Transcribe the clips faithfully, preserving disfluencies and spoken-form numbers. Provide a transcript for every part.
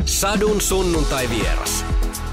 Sadun sunnuntai vieras.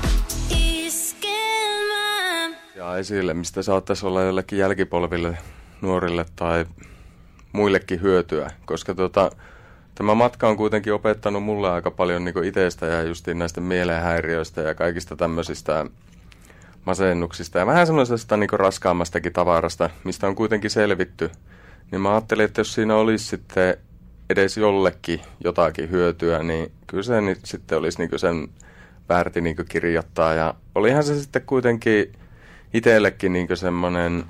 Ja esille, mistä saattaisi olla jollekin jälkipolville, nuorille tai muillekin hyötyä, koska tota, tämä matka on kuitenkin opettanut mulle aika paljon niin itsestä ja justiin näistä mielenhäiriöistä ja kaikista tämmöisistä masennuksista ja vähän semmoisesta niin raskaammastakin tavarasta, mistä on kuitenkin selvitty. Niin mä ajattelin, että jos siinä olisi sitten edes jollekin jotakin hyötyä, niin kyllä se niin sitten olisi niin sen väärti niin kirjoittaa. Ja olihan se sitten kuitenkin itsellekin niin semmoinen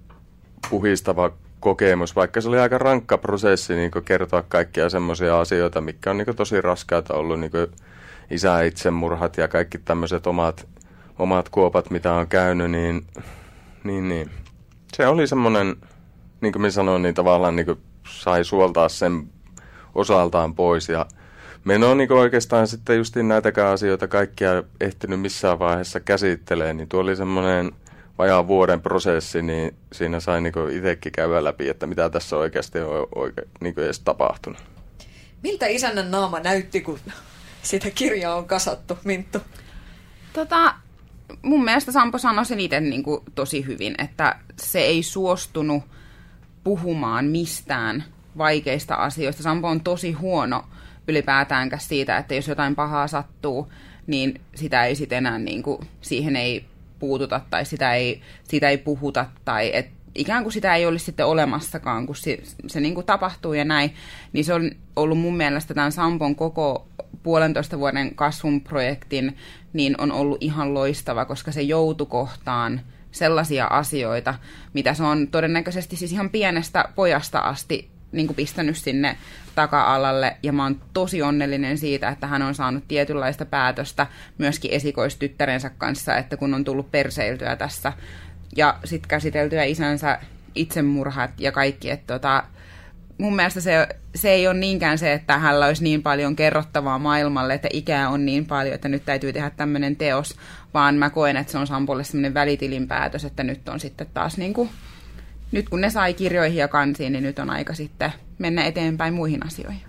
puhistava kokemus, vaikka se oli aika rankka prosessi niin kertoa kaikkia semmoisia asioita, mitkä on niin tosi raskaita ollut, niin isäitsemurhat ja kaikki tämmöiset omat, omat kuopat, mitä on käynyt, niin, niin, niin. Se oli semmoinen, niin kuin minä sanoin, niin tavallaan niin sai suoltaa sen osaltaan pois ja me en ole niin oikeastaan sitten justiin näitäkään asioita kaikkia ehtinyt missään vaiheessa käsittelemään, niin tuo oli semmoinen vajaan vuoden prosessi, niin siinä sai niin itsekin käydä läpi, että mitä tässä oikeasti on oikein, niin edes tapahtunut. Miltä isännän naama näytti, kun sitä kirjaa on kasattu, Minttu? Tota, mun mielestä Sampo sanoi sen itse niin kuin tosi hyvin, että se ei suostunut puhumaan mistään vaikeista asioista. Sampo on tosi huono ylipäätäänkään siitä, että jos jotain pahaa sattuu, niin sitä ei sitten enää, niin kuin, siihen ei puututa tai sitä ei, sitä ei puhuta tai et ikään kuin sitä ei olisi sitten olemassakaan, kun se, se niin kuin tapahtuu ja näin. Niin se on ollut mun mielestä tämän Sampon koko puolentoista vuoden kasvun projektin, niin on ollut ihan loistava, koska se joutui kohtaan sellaisia asioita, mitä se on todennäköisesti siis ihan pienestä pojasta asti niin kuin pistänyt sinne taka-alalle, ja mä oon tosi onnellinen siitä, että hän on saanut tietynlaista päätöstä myöskin esikoistyttärensä kanssa, että kun on tullut perseiltyä tässä, ja sitten käsiteltyä isänsä itsemurhat ja kaikki, että tota, mun mielestä se, se ei ole niinkään se, että hänellä olisi niin paljon kerrottavaa maailmalle, että ikää on niin paljon, että nyt täytyy tehdä tämmöinen teos, vaan mä koen, että se on Sampolle semmoinen välitilinpäätös, että nyt on sitten taas niin kuin nyt kun ne sai kirjoihin ja kansiin, niin nyt on aika sitten mennä eteenpäin muihin asioihin.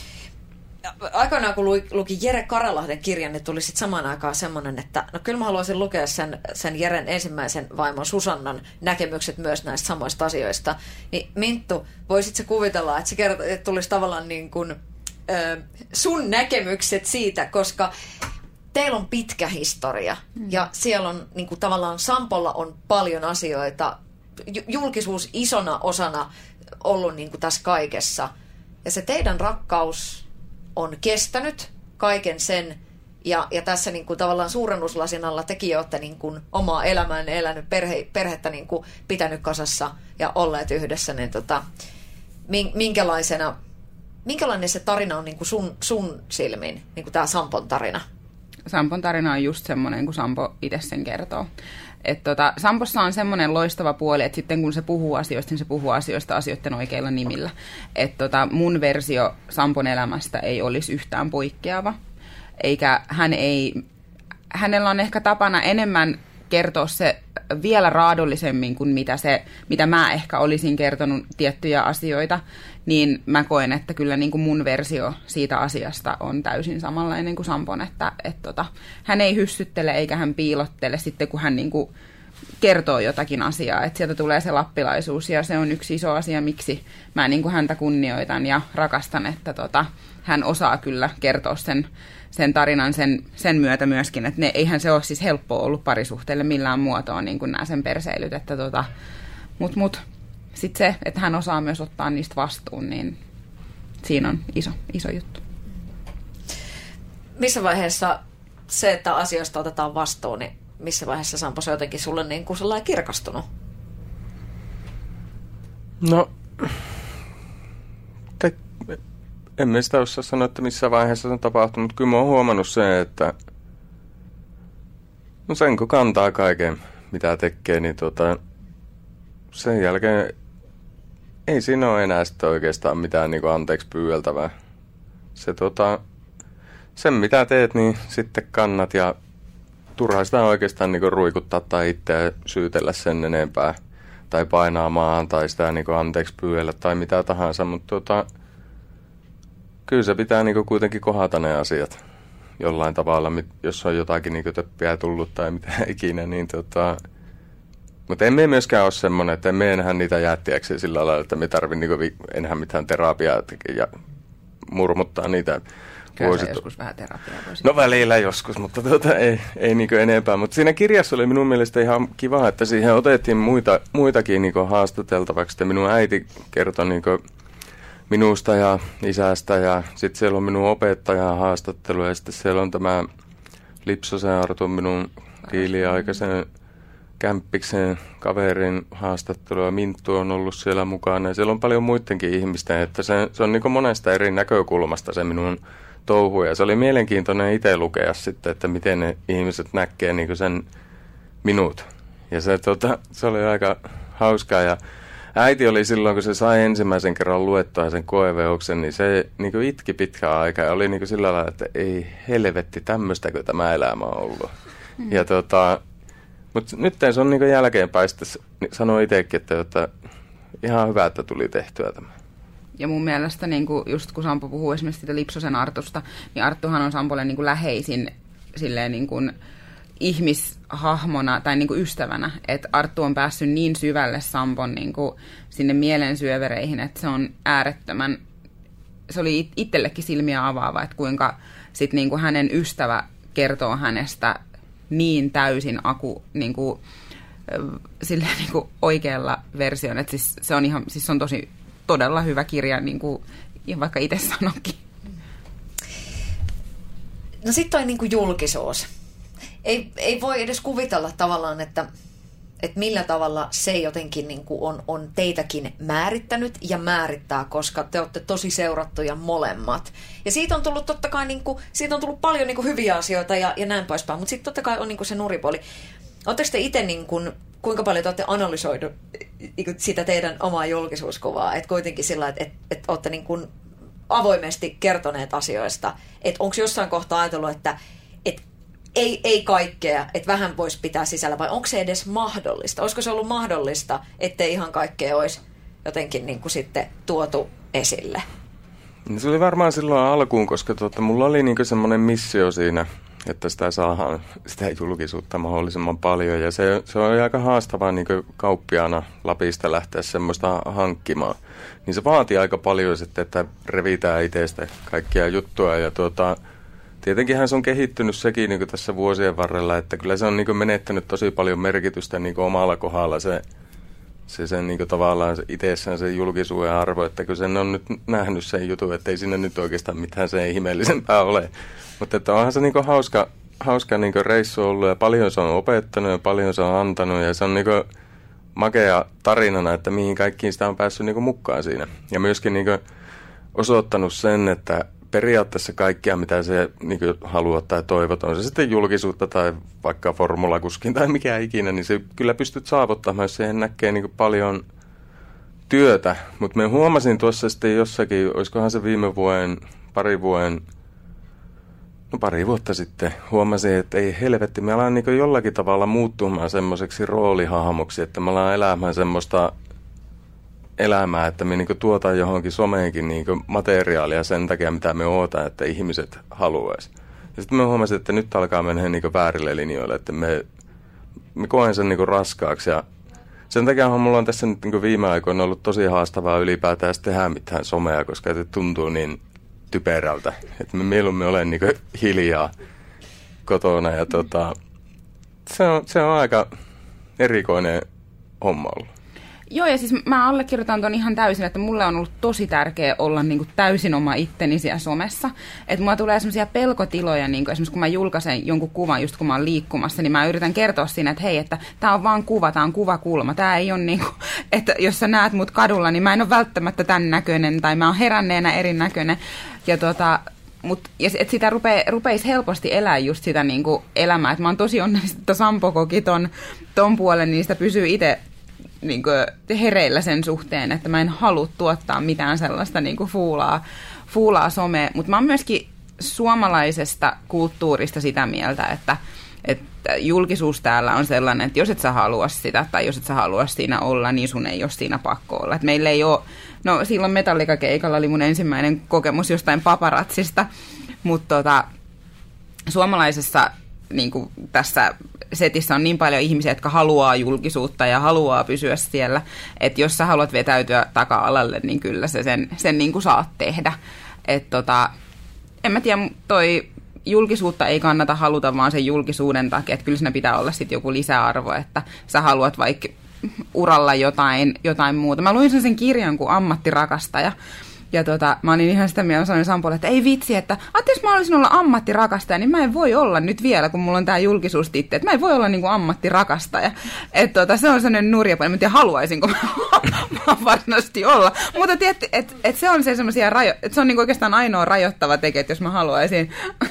Aikoinaan kun luki Jere Karalahden kirjan, niin tuli sitten samaan aikaan semmoinen, että no kyllä mä haluaisin lukea sen, sen Jeren ensimmäisen vaimon Susannan näkemykset myös näistä samoista asioista. Niin Minttu, voisitko kuvitella, että se kertoo, että tulisi tavallaan niin kuin, ö, sun näkemykset siitä, koska teillä on pitkä historia mm. ja siellä on niin kuin, tavallaan Sampolla on paljon asioita, julkisuus isona osana ollut niin kuin tässä kaikessa. Ja se teidän rakkaus on kestänyt kaiken sen. Ja, ja tässä niin kuin tavallaan suurennuslasin alla tekin olette niin kuin omaa elämänne elänyt, perhe, perhettä niin kuin pitänyt kasassa ja olleet yhdessä. Niin tota, minkälaisena, minkälainen se tarina on niin kuin sun, sun silmin, niin kuin tämä Sampon tarina? Sampon tarina on just semmoinen, kun Sampo itse sen kertoo. Et tota, Sampossa on semmoinen loistava puoli, että sitten kun se puhuu asioista, niin se puhuu asioista asioiden oikeilla nimillä. Et tota, mun versio Sampon elämästä ei olisi yhtään poikkeava, eikä hän ei, hänellä on ehkä tapana enemmän kertoa se vielä raadollisemmin kuin mitä, se, mitä mä ehkä olisin kertonut tiettyjä asioita, niin mä koen, että kyllä niin kuin mun versio siitä asiasta on täysin samanlainen kuin Sampon, että et tota, hän ei hyssyttele eikä hän piilottele sitten, kun hän niin kuin kertoo jotakin asiaa, että sieltä tulee se lappilaisuus, ja se on yksi iso asia, miksi mä niin kuin häntä kunnioitan ja rakastan, että tota, hän osaa kyllä kertoa sen, sen tarinan sen, sen myötä myöskin, että ne, eihän se ole siis helppoa ollut parisuhteelle millään muotoa, niin kuin nämä sen perseilyt, että tota, mut mut sitten se, että hän osaa myös ottaa niistä vastuun, niin siinä on iso, iso juttu. Missä vaiheessa se, että asioista otetaan vastuun, niin missä vaiheessa Sampo se jotenkin sulle niin kuin sellainen kirkastunut? No, te, emme sitä osaa sanoa, että missä vaiheessa se on tapahtunut, mutta kyllä mä oon huomannut se, että no sen kun kantaa kaiken, mitä tekee, niin tota, sen jälkeen ei siinä ole enää sitten oikeastaan mitään niin kuin anteeksi pyydeltävää. Se tota, sen mitä teet, niin sitten kannat, ja turhaa sitä oikeastaan niin kuin ruikuttaa tai itseä syytellä sen enempää tai painaa maahan tai sitä niin kuin anteeksi pyydellä tai mitä tahansa, mutta tota, kyllä se pitää niin kuin kuitenkin kohdata ne asiat. jollain tavalla, jos on jotakin niin töppiä tullut tai mitä ikinä, niin tota... Mutta emme myöskään ole semmoinen, että emme nähdä niitä jäättiäksi sillä lailla, että me tarvitse niin enää mitään terapiaa ja murmuttaa niitä. Kyllä se joskus vähän terapiaa voisi. No välillä joskus, mutta tuota, ei, ei niin enempää. Mutta siinä kirjassa oli minun mielestä ihan kiva, että siihen otettiin muita, muitakin niin haastateltavaksi. Sitten minun äiti kertoi niin minusta ja isästä ja sitten siellä on minun opettajan haastattelu ja sitten siellä on tämä Lipsosen Artun minun tiiliaikaisen Kämppiksen kaverin haastattelu ja Minttu on ollut siellä mukana ja siellä on paljon muidenkin ihmisten, että se, se on niin monesta eri näkökulmasta se minun touhu ja se oli mielenkiintoinen itse lukea sitten, että miten ne ihmiset näkee niin sen minut ja se, tota, se oli aika hauskaa ja äiti oli silloin, kun se sai ensimmäisen kerran luettua sen koeveoksen, niin se niin itki pitkään aikaa ja oli niin sillä lailla, että ei helvetti tämmöistäkö tämä elämä on ollut. Mm. Ja tota, mutta nyt se on niin jälkeenpäin sitten sanoi itsekin, että, että ihan hyvä, että tuli tehtyä tämä. Ja mun mielestä, niin kuin just kun Sampo puhuu esimerkiksi siitä Lipsosen Artusta, niin Arttuhan on Sampolle niin kuin läheisin silleen niin kuin ihmishahmona tai niin kuin ystävänä. Että Arttu on päässyt niin syvälle Sampon niin kuin sinne mielensyövereihin, että se on äärettömän, se oli itsellekin silmiä avaava, että kuinka sit niin kuin hänen ystävä kertoo hänestä niin täysin aku, niin kuin, silleen niin kuin oikealla versioon, että siis se on ihan, siis se on tosi todella hyvä kirja, niin kuin vaikka itse sanokin. No sitten toi niin kuin julkisuus. Ei, ei voi edes kuvitella tavallaan, että, että millä tavalla se jotenkin niin kuin on, on teitäkin määrittänyt ja määrittää, koska te olette tosi seurattuja molemmat. Ja siitä on tullut totta kai niin kuin, siitä on tullut paljon niin kuin hyviä asioita ja, ja näin poispäin, mutta sitten totta kai on niin kuin se nuripuoli. Oletteko te itse, niin kuin, kuinka paljon te olette analysoidu sitä teidän omaa julkisuuskuvaa, että kuitenkin sillä, että, että, että olette niin kuin avoimesti kertoneet asioista, että onko jossain kohtaa ajatellut, että, että ei, ei kaikkea, että vähän voisi pitää sisällä, vai onko se edes mahdollista? Olisiko se ollut mahdollista, ettei ihan kaikkea olisi jotenkin niin kuin sitten tuotu esille? Se oli varmaan silloin alkuun, koska tuota, mulla oli niin kuin semmoinen missio siinä, että sitä saadaan sitä julkisuutta mahdollisimman paljon. Ja se, se on aika haastavaa niin kuin kauppiaana Lapista lähteä semmoista hankkimaan. Niin se vaatii aika paljon sitten, että revitään itsestä kaikkia juttua. Ja tuota, tietenkinhän se on kehittynyt sekin niin kuin tässä vuosien varrella, että kyllä se on niin kuin menettänyt tosi paljon merkitystä niin kuin omalla kohdalla se, se sen niin kuin tavallaan itsessään se julkisuuden arvo, että kyllä sen on nyt nähnyt sen jutun, että ei siinä nyt oikeastaan mitään sen ihmeellisempää ole. Mutta että onhan se niin kuin hauska, hauska niin kuin reissu ollut ja paljon se on opettanut ja paljon se on antanut ja se on niin kuin makea tarinana, että mihin kaikkiin sitä on päässyt niin kuin mukaan siinä. Ja myöskin niin kuin osoittanut sen, että periaatteessa kaikkea, mitä se niin kuin haluaa tai toivot, on se sitten julkisuutta tai vaikka formulakuskin tai mikä ikinä, niin se kyllä pystyt saavuttamaan, jos siihen näkee niin kuin paljon työtä. Mutta me huomasin tuossa sitten jossakin, olisikohan se viime vuoden, pari vuoden, no pari vuotta sitten, huomasin, että ei helvetti, me alan niin kuin jollakin tavalla muuttumaan semmoiseksi roolihahmoksi, että me alan elämään semmoista elämää, että me niinku tuotaan johonkin someenkin niinku materiaalia sen takia, mitä me ootaan, että ihmiset haluaisi. Ja sitten me huomasin, että nyt alkaa mennä niinku väärille linjoille, että me, me koen sen niinku raskaaksi. Ja sen takia mulla on tässä nyt niinku viime aikoina ollut tosi haastavaa ylipäätään tehdä mitään somea, koska se tuntuu niin typerältä. Että me mieluummin olen niinku hiljaa kotona. Ja tota, se, on, se on aika erikoinen homma ollut. Joo, ja siis mä allekirjoitan ton ihan täysin, että mulle on ollut tosi tärkeä olla niin kuin täysin oma itteni siellä somessa. Että mulla tulee semmoisia pelkotiloja, niin kuin esimerkiksi kun mä julkaisen jonkun kuvan, just kun mä oon liikkumassa, niin mä yritän kertoa siinä, että hei, että tää on vaan kuva, tää on kuvakulma. Tää ei ole niin kuin, että jos sä näet mut kadulla, niin mä en ole välttämättä tämän näköinen, tai mä oon heränneenä erinäköinen. Ja tota... Mut, ja et sitä rupee, rupeisi helposti elää just sitä niin kuin elämää. Et mä oon tosi onnellista, että Sampo koki ton, ton puolen, niin sitä pysyy itse niin kuin hereillä sen suhteen, että mä en halua tuottaa mitään sellaista niin kuin fuulaa, fuulaa somea. Mutta mä oon myöskin suomalaisesta kulttuurista sitä mieltä, että, että julkisuus täällä on sellainen, että jos et sä halua sitä tai jos et sä halua siinä olla, niin sun ei ole siinä pakko olla. Et meillä ei ole, no silloin Metallica-keikalla oli mun ensimmäinen kokemus jostain paparatsista, mutta tota, suomalaisessa niin kuin tässä setissä on niin paljon ihmisiä, jotka haluaa julkisuutta ja haluaa pysyä siellä, että jos sä haluat vetäytyä taka-alalle, niin kyllä se sen, sen niin kuin saat tehdä. Et tota, en mä tiedä, toi julkisuutta ei kannata haluta vaan sen julkisuuden takia, että kyllä siinä pitää olla sitten joku lisäarvo, että sä haluat vaikka uralla jotain, jotain muuta. Mä luin sen kirjan kuin Ammattirakastaja. Ja tota, mä olin ihan sitä mieltä, sanoin Sampolle, että ei vitsi, että jos mä olisin olla ammattirakastaja, niin mä en voi olla nyt vielä, kun mulla on tää julkisuustitte, että mä en voi olla niinku ammattirakastaja. Että tota, se on sellainen nurjapuoli, en tiedä haluaisinko mä varsinaisesti olla. Mutta tiedätte, että et se on se semmoisia rajo, että se on niinku oikeastaan ainoa rajoittava tekijä, että jos mä haluaisin.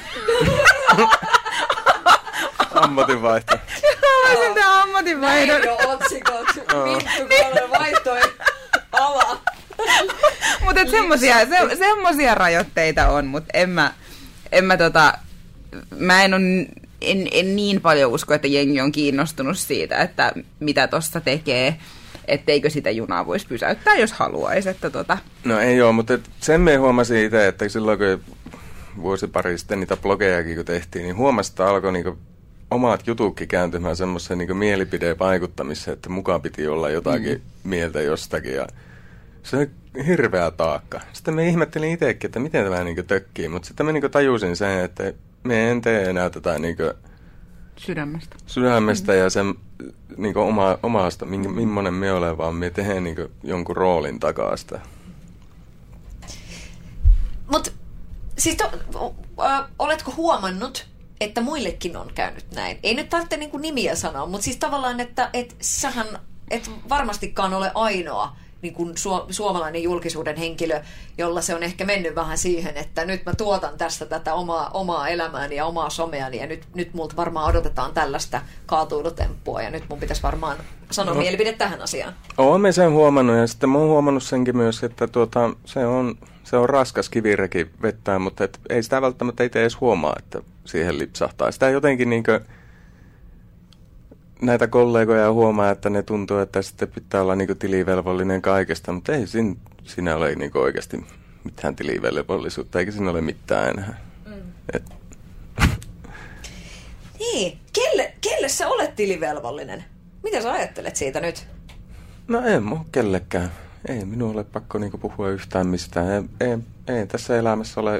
Ammatinvaihto. Haluaisin tää ammatinvaihdon. Näin jo otsikot. Vittu, kun vaihtoi ala. Mutta semmosia, se, semmosia rajoitteita on, mutta en mä, en mä tota, mä en, on, en, en niin paljon usko, että jengi on kiinnostunut siitä, että mitä tossa tekee, etteikö sitä junaa voisi pysäyttää, jos haluaisi. Että tota. No ei ole, mutta sen me huomasin itse, että silloin kun vuosi pari sitten niitä blogejakin kun tehtiin, niin huomasin, että alkoi niinku omat jututkin kääntymään semmoiseen niinku mielipideen vaikuttamiseen, että mukaan piti olla jotakin mm. mieltä jostakin ja se on hirveä taakka. Sitten me ihmettelin itsekin, että miten tämä niinku tökkii, mutta sitten mä niinku tajusin sen, että me en tee enää tätä niinku sydämestä, sydämestä mm. ja sen niinku oma, omasta, minkä, millainen me olen, vaan me tehdään niinku jonkun roolin takaa sitä. Mutta siis to, äh, oletko huomannut, että muillekin on käynyt näin? Ei nyt tarvitse niinku nimiä sanoa, mutta siis tavallaan, että et sähän et varmastikaan ole ainoa niin kuin su- suomalainen julkisuuden henkilö, jolla se on ehkä mennyt vähän siihen, että nyt mä tuotan tästä tätä omaa, omaa elämääni ja omaa someani ja nyt, nyt multa varmaan odotetaan tällaista kaatuilutemppua ja nyt mun pitäisi varmaan sanoa no, mielipide tähän asiaan. Olen sen huomannut ja sitten mä oon huomannut senkin myös, että tuota, se, on, se on raskas kivireki vettää, mutta et ei sitä välttämättä itse edes huomaa, että siihen lipsahtaa. Sitä jotenkin niinkö näitä kollegoja huomaa, että ne tuntuu, että sitten pitää olla niinku tilivelvollinen kaikesta, mutta ei siinä, siinä ole niinku oikeasti mitään tilivelvollisuutta, eikä siinä ole mitään enää. Mm. Et. Niin, kelle, kelle sä olet tilivelvollinen? Mitä sä ajattelet siitä nyt? No en mun kellekään. Ei minun ole pakko niinku puhua yhtään mistään. Ei, ei, ei tässä elämässä ole.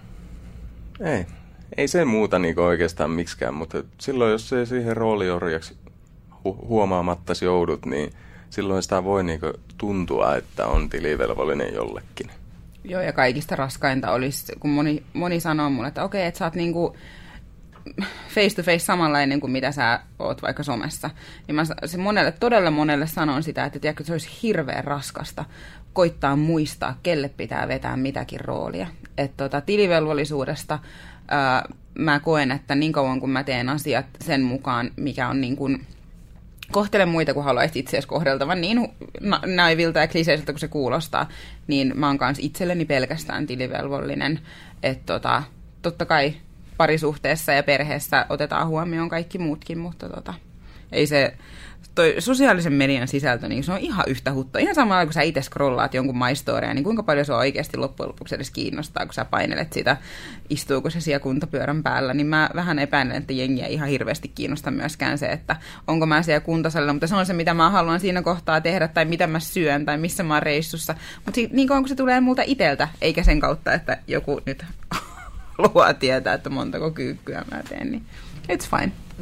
Ei. Ei se muuta niinku oikeastaan miksikään, mutta silloin jos se siihen rooliorjaksi hu- huomaamatta joudut, niin silloin sitä voi niinku tuntua, että on tilivelvollinen jollekin. Joo, ja kaikista raskainta olisi, kun moni, moni sanoo mulle, että okei, että sä oot niinku face to face samanlainen kuin mitä sä oot vaikka somessa. Niin mä se monelle, todella monelle sanon sitä, että tiedätkö, se olisi hirveän raskasta koittaa muistaa, kelle pitää vetää mitäkin roolia. Että tota, tilivelvollisuudesta ää, mä koen, että niin kauan kun mä teen asiat sen mukaan, mikä on niin kuin, kohtele muita kuin haluaisit itseäsi kohdeltavan niin na- naivilta ja kliseiseltä kuin se kuulostaa, niin mä oon kanssa itselleni pelkästään tilivelvollinen. Että tota, totta kai parisuhteessa ja perheessä otetaan huomioon kaikki muutkin, mutta tota, ei se, toi sosiaalisen median sisältö, niin se on ihan yhtä huttua. Ihan samalla, kun sä itse scrollaat jonkun maistoria, niin kuinka paljon se oikeasti loppujen lopuksi edes kiinnostaa, kun sä painelet sitä, istuuko se siellä kuntopyörän päällä, niin mä vähän epäilen, että jengiä ihan hirveästi kiinnostaa myöskään se, että onko mä siellä kuntosalilla, mutta se on se, mitä mä haluan siinä kohtaa tehdä, tai mitä mä syön, tai missä mä oon reissussa. Mutta niin kauan kun se tulee multa iteltä, eikä sen kautta, että joku nyt haluaa tietää, että montako kyykkyä mä teen, niin it's fine. Mm.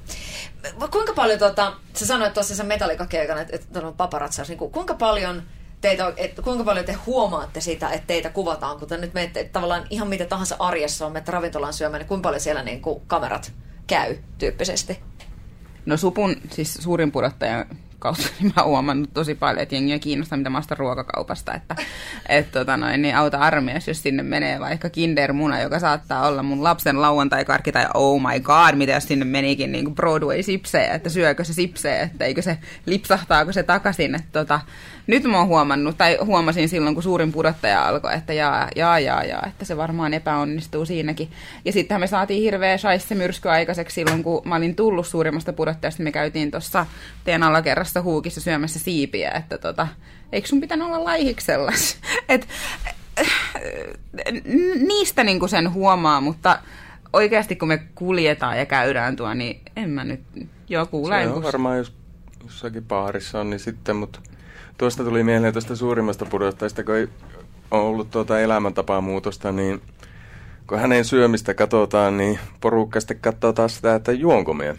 Kuinka paljon, tuota, sä sanoit tuossa sen Metallica-keikan, että, että on paparazzaus, niin kuinka paljon teitä, että kuinka paljon te huomaatte sitä, että teitä kuvataan, kun te nyt menette, että tavallaan ihan mitä tahansa arjessa on, menette ravintolaan syömään, niin kuinka paljon siellä niin kuin kamerat käy tyyppisesti? No Supun, siis suurin pudottaja kautta, niin mä oon huomannut tosi paljon, että jengiä kiinnostaa, mitä mä ostan ruokakaupasta, että et, tota noin, niin auta armias, jos sinne menee vaikka Kinder-muna, joka saattaa olla mun lapsen lauantai-karkki, tai oh my god, mitä jos sinne menikin niin kuin Broadway-sipsejä, että syökö se sipsejä, että eikö se lipsahtaako se takaisin, että tota, nyt mä oon huomannut, tai huomasin silloin, kun suurin pudottaja alkoi, että jaa, jaa, jaa, jaa, että se varmaan epäonnistuu siinäkin. Ja sittenhän me saatiin hirveä shaisse-myrsky aikaiseksi silloin, kun mä olin tullut suurimmasta pudottajasta, me käytiin tuossa teidän alakerrassa huukissa syömässä siipiä, että tota, eikö sun pitänyt olla laihiksellas? Et, niistä niinku sen huomaa, mutta oikeasti kun me kuljetaan ja käydään tuo, niin en mä nyt joo kuulen. Se on varmaan, jos jossakin baarissa on, niin sitten, mutta tuosta tuli mieleen tuosta suurimmasta pudottajasta, kun ei ole ollut tuota elämäntapaa muutosta, niin kun hänen syömistä katsotaan, niin porukka sitten katsoo taas sitä, että juonko me.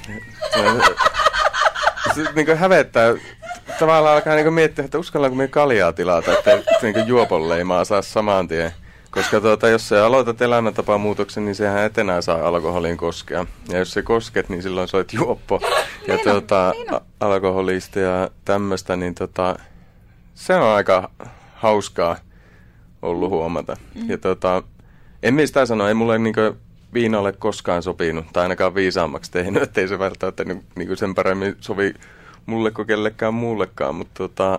Se niin hävettää. Tavallaan alkaa niin miettiä, että uskallanko me kaljaa tilata, että niin juoponleimaa saa saman tien. Koska tuota, jos sä aloitat elämäntapamuutoksen, niin sehän et enää saa alkoholiin koskea. Ja jos se kosket, niin silloin sä oot juoppo ja niin tuota, niin alkoholista ja tämmöistä, niin tota, se on aika hauskaa ollut huomata. Mm. Ja tota, en mistä sano, ei mulle niinku viina ole koskaan sopinut, tai ainakaan viisaammaksi tehnyt, ettei se välttämättä niinku sen paremmin sovi mulle kuin kellekään muullekaan, mutta tota,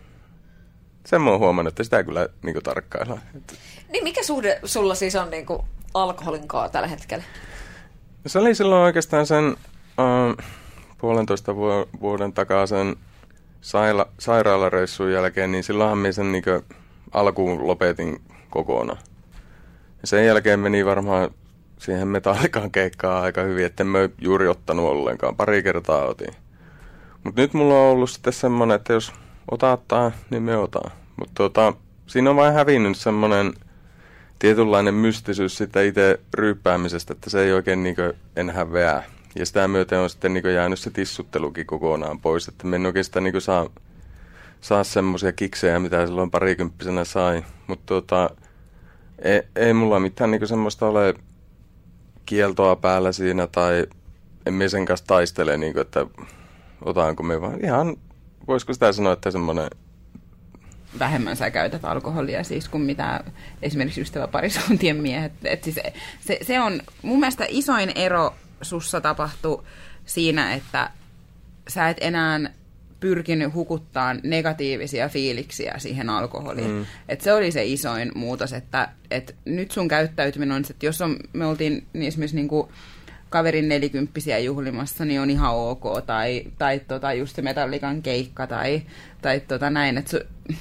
sen mä oon huomannut, että sitä kyllä niinku tarkkaillaan. Niin mikä suhde sulla siis on niinku alkoholinkaan tällä hetkellä? Se oli silloin oikeastaan sen uh, puolentoista vuoden takaa sen saira- sairaalareissun jälkeen, niin silloinhan minä sen niinku alkuun lopetin kokonaan. Ja sen jälkeen meni varmaan siihen Metallican keikkaan aika hyvin, että en mä juuri ottanut ollenkaan. Pari kertaa otin. Mutta nyt mulla on ollut sitten semmoinen, että jos otattaa, niin me otan. Mutta tota, siinä on vain hävinnyt semmoinen tietynlainen mystisyys sitä itse ryyppäämisestä, että se ei oikein niinku enää veä. Ja sitä myöten on sitten niinku jäänyt se tissuttelukin kokonaan pois, että me en oikein sitä niinku saa, saa semmoisia kiksejä, mitä silloin parikymppisenä sai. Mutta tota, ei, ei mulla mitään niinku semmoista ole kieltoa päällä siinä, tai en mie sen kanssa taistele, niinku, että otanko me vaan ihan, voisiko sitä sanoa, että semmoinen vähemmän sä käytät alkoholia siis kuin mitä esimerkiksi ystäväparisuuntien miehet. Et siis se, se on mun mielestä isoin ero sussa tapahtui siinä, että sä et enää pyrkinyt hukuttaa negatiivisia fiiliksiä siihen alkoholiin. Mm. Et se oli se isoin muutos, että et nyt sun käyttäytyminen on, että jos on, me oltiin niin esimerkiksi niinku kaverin nelikymppisiä juhlimassa, niin on ihan ok, tai, tai tota just se Metallican keikka, tai, tai tota näin, että su,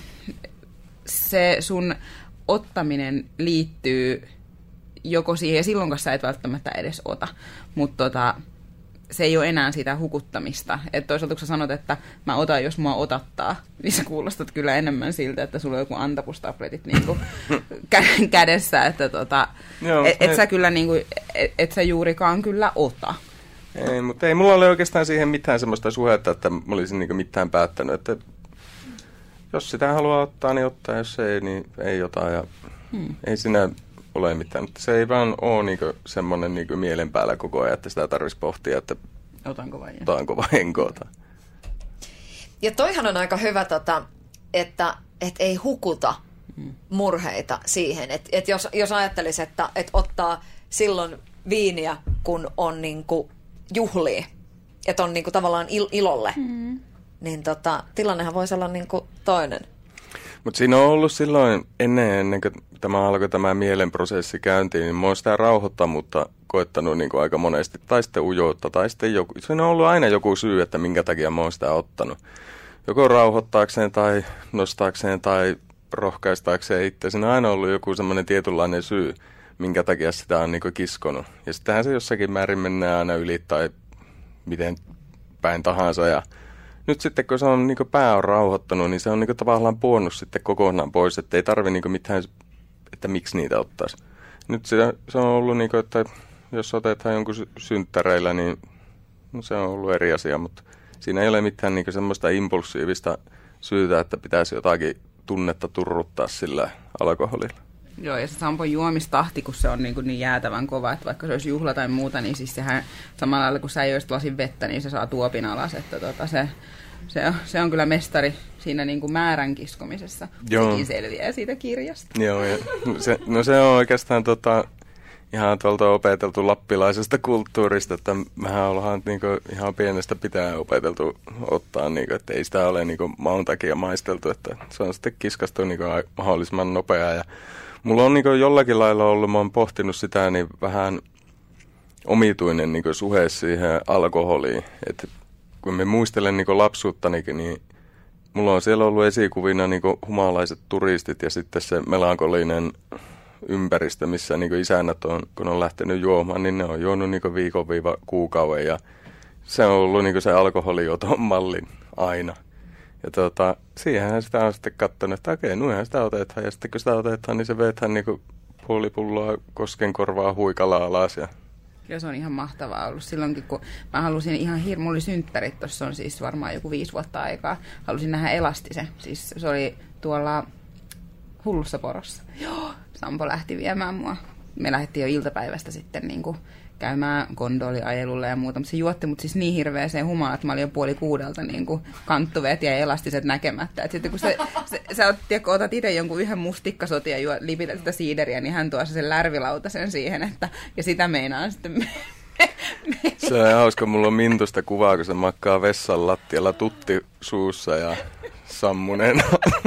se sun ottaminen liittyy joko siihen, ja silloin sä et välttämättä edes ota, mutta tota, se ei ole enää sitä hukuttamista. Että toisaalta kun sä sanot, että mä otan, jos mua otattaa, niin sä kuulostat kyllä enemmän siltä, että sulla on joku antapustabletit niinku kä- kädessä, että tota, et, et sä kyllä niinku, et, et sä juurikaan kyllä ota. Ei, mutta ei mulla ole oikeastaan siihen mitään semmoista suhetta, että mä olisin niinku mitään päättänyt, että jos sitä haluaa ottaa, niin ottaa, jos ei, niin ei ota, ja hmm. ei siinä ole mitään, mutta se ei vaan ole niinku semmoinen niinku mielen päällä koko ajan, että sitä tarvitsisi pohtia, että otanko vai, otanko vai enko ota. Ja toihan on aika hyvä, tota, että et ei hukuta hmm. murheita siihen, että et jos, jos ajattelisi, että et ottaa silloin viiniä, kun on niinku juhlia, että on niinku tavallaan il- ilolle, hmm. niin tota, tilannehan voisi olla niinku toinen. Mutta siinä on ollut silloin ennen, ennen kuin tämä alkoi tämä mielenprosessi käyntiin, niin mä oon sitä rauhoittamuutta koettanut niin kuin aika monesti, tai sitten ujoutta, tai sitten joku. Siinä on ollut aina joku syy, että minkä takia mä oon sitä ottanut. Joko rauhoittaakseen, tai nostaakseen, tai rohkaistaakseen itse. Siinä on aina ollut joku semmoinen tietynlainen syy, minkä takia sitä on niin kuin kiskonut. Ja sittenhän se jossakin määrin mennään aina yli, tai miten päin tahansa, ja nyt sitten, kun se on, niin kuin pää on rauhoittanut, niin se on niin kuin tavallaan puonnut sitten kokonaan pois, että ei tarvitse niin kuin mitään, että miksi niitä ottaisi. Nyt se, se on ollut, niin kuin, että jos otetaan jonkun synttäreillä, niin no se on ollut eri asia, mutta siinä ei ole mitään niin kuin semmoista impulsiivista syytä, että pitäisi jotakin tunnetta turruttaa sillä alkoholilla. Joo, ja se Sampon juomistahti, kun se on niin, niin jäätävän kova, että vaikka se olisi juhla tai muuta, niin siis sehän samalla lailla, kun sä joisit lasin vettä, niin se saa tuopin alas, että tota, se, se, on, se on kyllä mestari siinä niin kuin määrän kiskomisessa. Joo. Sekin selviää siitä kirjasta. Joo, ja se, no se on oikeastaan tota, ihan tuolta opeteltu lappilaisesta kulttuurista, että mehän ollaan niin kuin ihan pienestä pitää opeteltu ottaa, niin kuin, että ei sitä ole niin kuin maun takia maisteltu, että se on sitten kiskastu niin kuin mahdollisimman nopeaa. Ja mulla on niin kuin jollakin lailla ollut, mä oon pohtinut sitä, niin vähän omituinen niin kuin suhe siihen alkoholiin. Et kun me muistelen niin kuin lapsuuttanikin, niin mulla on siellä ollut esikuvina niin kuin humalaiset turistit ja sitten se melankolinen ympäristö, missä niin isännät on, kun on lähtenyt juomaan, niin ne on juonut niin viikon viiva kuukauden ja se on ollut niin se alkoholioton mallin aina. Ja tota, siihenhän sitä on sitten katsonut, että okei, nuihan sitä otetaan ja sitten kun sitä otetaan, niin se vetään niin puoli pulloa koskenkorvaa huikalla alas ja Kyllä se on ihan mahtavaa ollut silloinkin, kun mä halusin ihan hirmu, oli synttärit, tuossa on siis varmaan joku viisi vuotta aikaa, halusin nähdä Elastisen. Siis se oli tuolla Hullussa Porossa. Joo, Sampo lähti viemään mua. Me lähdettiin jo iltapäivästä sitten niin kuin käymään gondoliajelulla ja muuta, mutta se juotti mut siis niin hirveäseen humaan, että mä olin jo puoli kuudelta niin kuin kanttuveet ja elastiset näkemättä. Et sitten kun se, se, sä oot, tiedä, otat itse jonkun yhden mustikkasotin ja juo, lipität sitä siideriä, niin hän tuo sen lärvilautasen siihen, että, ja sitä meinaan sitten me, me, me. Se on hauska, mulla on Mintusta kuvaa, kun se makkaa vessan lattialla tutti suussa ja sammunen.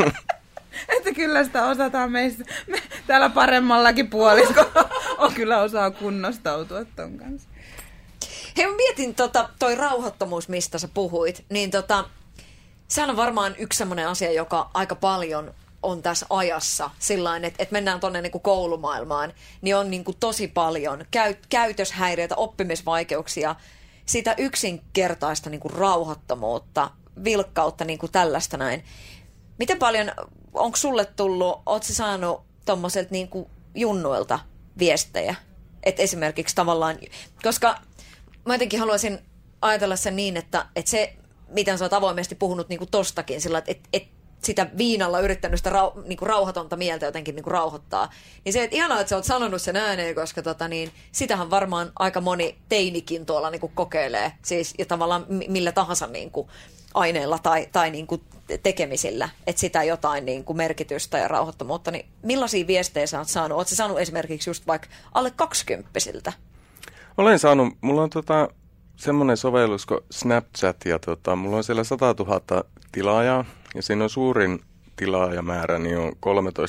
Että kyllä sitä osataan meissä, me, täällä paremmallakin puoliskolla on kyllä osaa kunnostautua ton kanssa. Hei, mä mietin tota, toi rauhattomuus, mistä sä puhuit, niin tota, sehän on varmaan yksi semmoinen asia, joka aika paljon on tässä ajassa, sillain, että, että mennään tuonne niin kuin koulumaailmaan, niin on niin kuin tosi paljon käy, käytöshäiriöitä, oppimisvaikeuksia, sitä yksinkertaista niin kuin rauhattomuutta, vilkkautta, niin kuin tällaista näin. Miten paljon, onko sulle tullut, ootko sä saanut tommoselta niin kuin junnuilta viestejä? Että esimerkiksi tavallaan, koska mä jotenkin haluaisin ajatella sen niin, että, että se, miten sä oot avoimesti puhunut niin kuin tostakin, sillä että, että sitä viinalla yrittänyt sitä rau, niin kuin rauhatonta mieltä jotenkin niin kuin rauhoittaa, niin se, että ihanaa, että sä oot sanonut sen ääneen, koska tota, niin, sitähän varmaan aika moni teinikin tuolla niin kuin kokeilee, siis ja tavallaan millä tahansa niin kuin aineella tai, tai niin kuin tekemisillä, että sitä jotain niin kuin merkitystä ja rauhoittomuutta, niin millaisia viestejä sä oot saanut? Ootko sä saanut esimerkiksi just vaikka alle kaksikymppisiltä? Olen saanut, mulla on tota, semmoinen sovellus kuin Snapchat ja tota, mulla on siellä satatuhatta tilaajaa ja siinä on suurin tilaajamäärä, niin on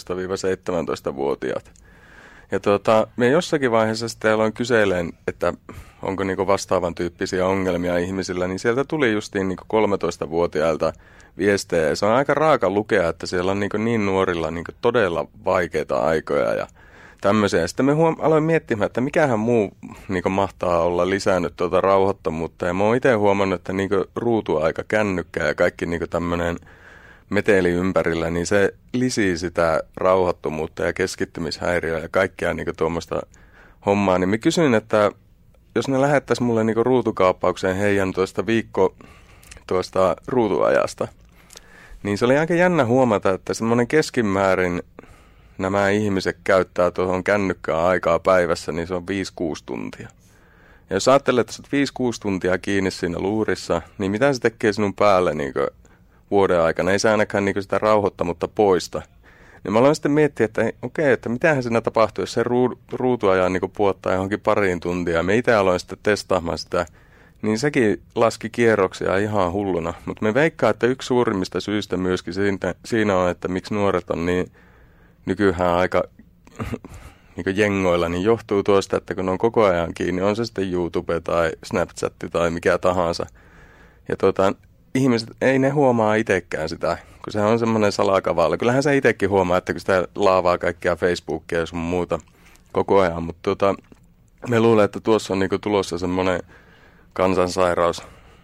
kolmetoista–seitsemäntoista-vuotiaat. Ja tota, me jossakin vaiheessa sitten aloin kyseleen, että onko niinku vastaavan tyyppisiä ongelmia ihmisillä, niin sieltä tuli justiin niinku kolmetoistavuotiailta viestejä. Ja se on aika raaka lukea, että siellä on niinku niin nuorilla niinku todella vaikeita aikoja ja tämmöisiä. Sitten me huom- aloin miettimään, että mikähän muu niinku mahtaa olla lisännyt tuota rauhoittomuutta. Ja mä oon itse huomannut, että niinku ruutuaika, kännykkä ja kaikki niinku tämmöinen meteli ympärillä, niin se lisii sitä rauhattomuutta ja keskittymishäiriöä ja kaikkea niinku tuommoista hommaa. Niin mä kysyin, että jos ne lähettäisi mulle niinku ruutukaappaukseen heidän tuosta viikko tuosta ruutuajasta, niin se oli aika jännä huomata, että semmoinen keskimäärin nämä ihmiset käyttää tuohon kännykkään aikaa päivässä, niin se on viisi kuusi tuntia. Ja jos ajattelet, että sä oot viisi kuusi tuntia kiinni siinä luurissa, niin mitä se tekee sinun päälle niin vuoden aikana? Ei se ainakaan niin sitä rauhoittamutta poista. Niin mä aloin sitten miettiä, että okei, okay, että mitähän siinä tapahtuu, jos se ruu, ruutuaja niin puottaa johonkin pariin tuntia. Me itse aloin sitten testaamaan sitä, niin sekin laski kierroksia ihan hulluna. Mutta me veikkaa, että yksi suurimmista syistä myöskin siinä, siinä on, että miksi nuoret on niin nykyään aika niin jengoilla, niin johtuu tuosta, että kun on koko ajan kiinni, on se sitten YouTube tai Snapchat tai mikä tahansa. Ja tuota, ihmiset, ei ne huomaa itsekään sitä, kun se on semmoinen salakavaalla. Kyllähän se itsekin huomaa, että kun sitä laavaa kaikkia Facebookia ja sun muuta koko ajan, mutta tuota, me luulen, että tuossa on niinku tulossa semmoinen kansansairaus